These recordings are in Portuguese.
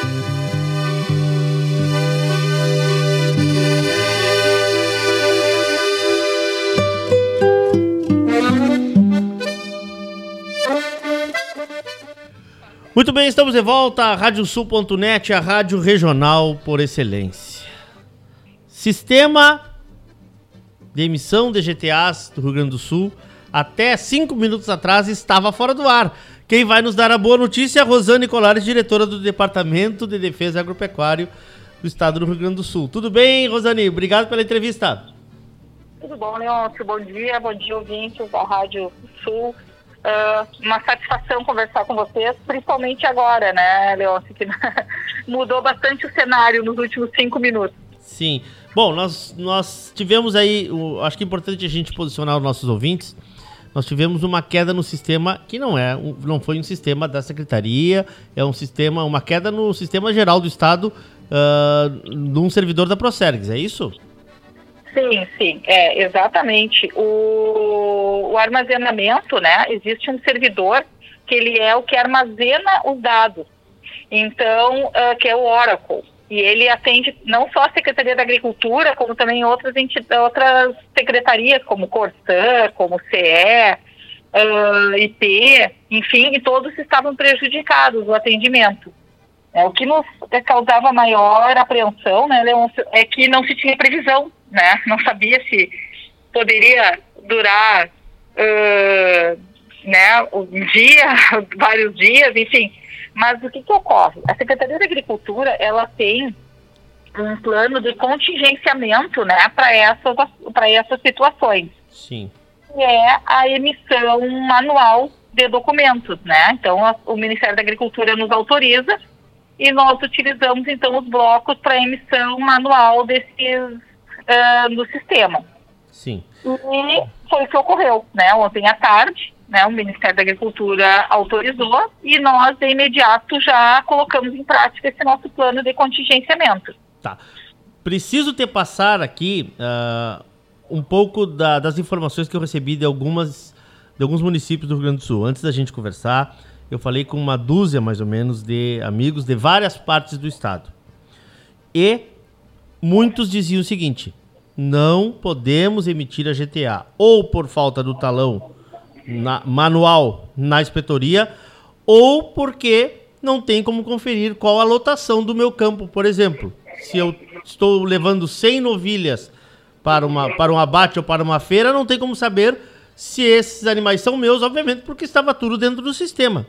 Muito bem, estamos de volta à Radiosul.net, a rádio regional por excelência. Sistema de emissão de GTAs do Rio Grande do Sul, até 5 minutos atrás, estava fora do ar. Quem vai nos dar a boa notícia é a Rosane Colares, diretora do Departamento de Defesa Agropecuário do Estado do Rio Grande do Sul. Tudo bem, Rosane? Obrigado pela entrevista. Tudo bom, Leôncio. Bom dia, ouvintes da Rádio Sul. Uma satisfação conversar com vocês, principalmente agora, né, Leôncio, que mudou bastante o cenário nos últimos 5 minutos. Sim. Bom, nós tivemos aí, acho que é importante a gente posicionar os nossos ouvintes, nós tivemos uma queda no sistema que não foi um sistema da Secretaria, é uma queda no sistema geral do Estado de um servidor da Procergs, é isso? Sim, exatamente. O armazenamento, né, existe um servidor que ele é o que armazena os dados, então, que é o Oracle, e ele atende não só a Secretaria da Agricultura, como também outras secretarias, como Corsã, como CE, IP, enfim, e todos estavam prejudicados o atendimento. O que nos causava maior apreensão, né, Leôncio, é que não se tinha previsão, né? Não sabia se poderia durar um dia, vários dias, enfim. Mas o que ocorre? A Secretaria da Agricultura, ela tem um plano de contingenciamento, né, para essas situações. Sim. Que é a emissão manual de documentos, né? Então, o Ministério da Agricultura nos autoriza e nós utilizamos, então, os blocos para emissão manual do sistema. Sim. E foi o que ocorreu, né? Ontem à tarde, né, o Ministério da Agricultura autorizou e nós, de imediato, já colocamos em prática esse nosso plano de contingenciamento. Tá. Preciso te passar aqui um pouco das informações que eu recebi de alguns municípios do Rio Grande do Sul. Antes da gente conversar, eu falei com uma dúzia, mais ou menos, de amigos de várias partes do estado. E muitos diziam o seguinte: não podemos emitir a GTA ou por falta do talão manual na inspetoria ou porque não tem como conferir qual a lotação do meu campo. Por exemplo, se eu estou levando 100 novilhas para um abate ou para uma feira, não tem como saber se esses animais são meus, obviamente, porque estava tudo dentro do sistema.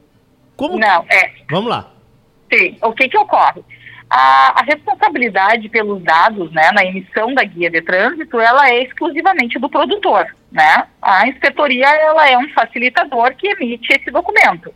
Vamos lá. Sim, o que ocorre? A responsabilidade pelos dados, né, na emissão da guia de trânsito, ela é exclusivamente do produtor, né? A inspetoria, ela é um facilitador que emite esse documento.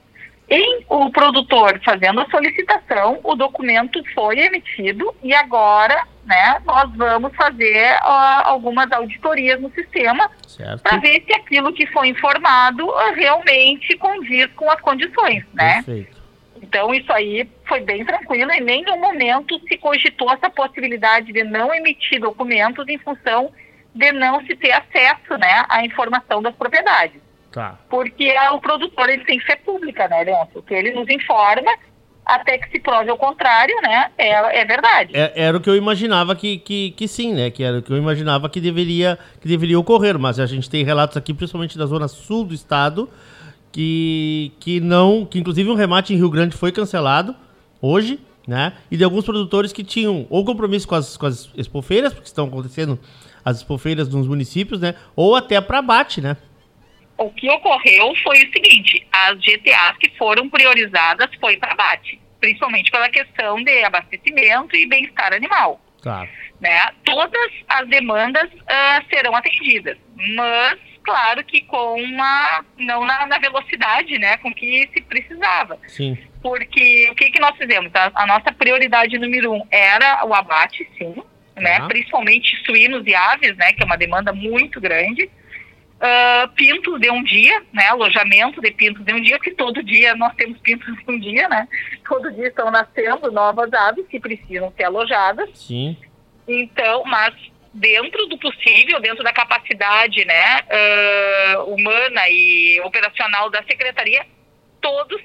O produtor fazendo a solicitação, o documento foi emitido e agora, né, nós vamos fazer algumas auditorias no sistema para ver se aquilo que foi informado realmente condiz com as condições, né? Perfeito. Então, isso aí foi bem tranquilo e em nenhum momento se cogitou essa possibilidade de não emitir documentos em função de não se ter acesso, né, à informação das propriedades. Tá. Porque o produtor, ele tem fé pública, né, Leôncio? Que ele nos informa até que se prove ao contrário, né, é verdade. Era o que eu imaginava que sim, né, que era o que eu imaginava que deveria ocorrer, mas a gente tem relatos aqui, principalmente da zona sul do estado, que inclusive um remate em Rio Grande foi cancelado hoje, né? E de alguns produtores que tinham ou compromisso com as expofeiras, porque estão acontecendo as expofeiras nos municípios, né? Ou até para abate, né? O que ocorreu foi o seguinte: as GTAs que foram priorizadas foi para abate, principalmente pela questão de abastecimento e bem-estar animal. Claro. Né? Todas as demandas serão atendidas, mas claro que não na velocidade, né, com que se precisava. Sim. Porque o que nós fizemos? A nossa prioridade número 1 era o abate, sim, né, principalmente suínos e aves, né, que é uma demanda muito grande. Pintos de um dia, né, alojamento de pintos de um dia, porque todo dia nós temos pintos de um dia, né, todo dia estão nascendo novas aves que precisam ser alojadas. Sim. Então, mas dentro do possível, dentro da capacidade, né, humana e operacional da Secretaria, todos seriam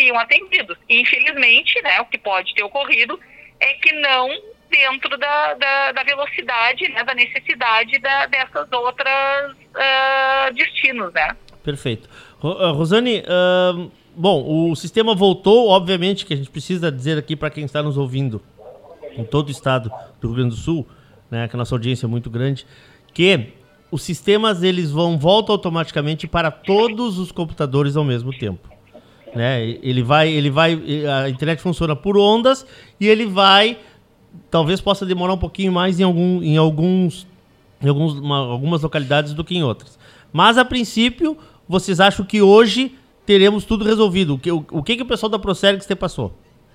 seriam atendidos. Infelizmente, né, o que pode ter ocorrido é que não dentro da velocidade, né, da necessidade dessas outras destinos, né? Perfeito. Rosane, bom, o sistema voltou, obviamente que a gente precisa dizer aqui para quem está nos ouvindo em todo o estado do Rio Grande do Sul, né, que a nossa audiência é muito grande, que os sistemas eles voltam automaticamente para todos os computadores ao mesmo tempo, né? A internet funciona por ondas e ele vai, talvez possa demorar um pouquinho mais em algumas localidades do que em outras. Mas a princípio, vocês acham que hoje teremos tudo resolvido? O que o pessoal da Procergs te passou?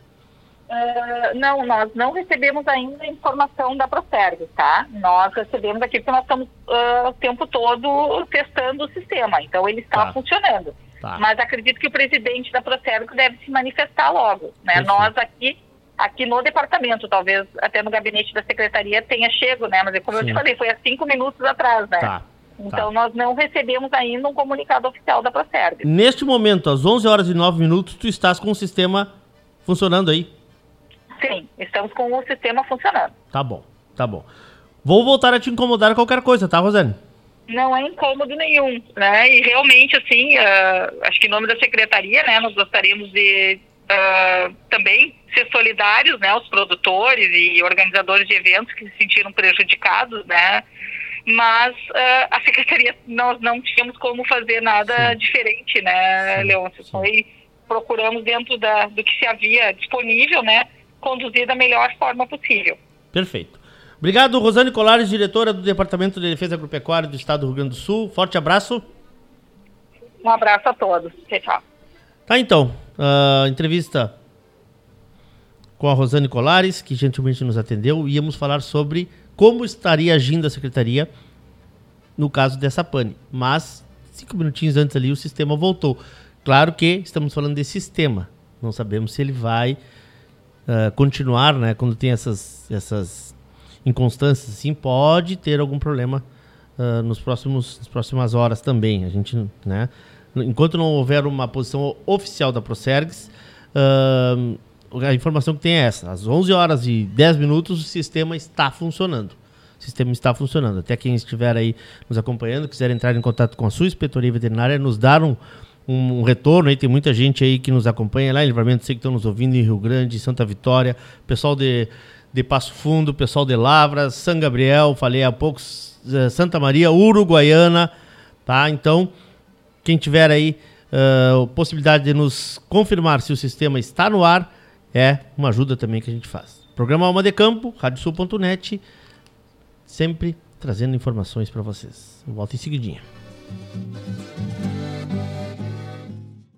Não, nós não recebemos ainda informação da Procergs, tá? Nós recebemos aqui porque nós estamos o tempo todo testando o sistema, então ele está funcionando. Tá. Mas acredito que o presidente da Procergs deve se manifestar logo, né? Nós aqui no departamento, talvez até no gabinete da secretaria tenha chego, né? Mas como eu te falei, foi há 5 minutos atrás, né? Tá. Então nós não recebemos ainda um comunicado oficial da Procergs. Neste momento, às 11h09, tu estás com o sistema funcionando aí? Sim, estamos com o sistema funcionando. Tá bom. Vou voltar a te incomodar qualquer coisa, tá, Rosane? Não é incômodo nenhum, né? E realmente, assim, acho que em nome da secretaria, né, nós gostaríamos de também ser solidários, né, aos produtores e organizadores de eventos que se sentiram prejudicados, né? Mas a secretaria, nós não tínhamos como fazer nada diferente, né, Leôncio? Procuramos dentro do que se havia disponível, né, conduzir da melhor forma possível. Perfeito. Obrigado, Rosane Colares, diretora do Departamento de Defesa Agropecuária do Estado do Rio Grande do Sul. Forte abraço. Um abraço a todos. Tchau. Tá, então. Entrevista com a Rosane Colares, que gentilmente nos atendeu. Íamos falar sobre como estaria agindo a Secretaria no caso dessa pane. Mas, 5 minutinhos antes ali, o sistema voltou. Claro que estamos falando de sistema. Não sabemos se ele vai continuar, né? Quando tem essas inconstâncias, assim, pode ter algum problema nas próximas horas também. A gente, né? Enquanto não houver uma posição oficial da Procergs, a informação que tem é essa. Às 11h10, o sistema está funcionando. Até quem estiver aí nos acompanhando, quiser entrar em contato com a sua inspetoria veterinária, nos dar um retorno. Aí tem muita gente aí que nos acompanha lá em Livramento, sei que estão nos ouvindo em Rio Grande, Santa Vitória, pessoal de Passo Fundo, pessoal de Lavras, São Gabriel, falei há pouco, Santa Maria, Uruguaiana, tá? Então, quem tiver aí possibilidade de nos confirmar se o sistema está no ar, é uma ajuda também que a gente faz. Programa Alma de Campo, radiosul.net, sempre trazendo informações para vocês. Eu volto em seguidinha.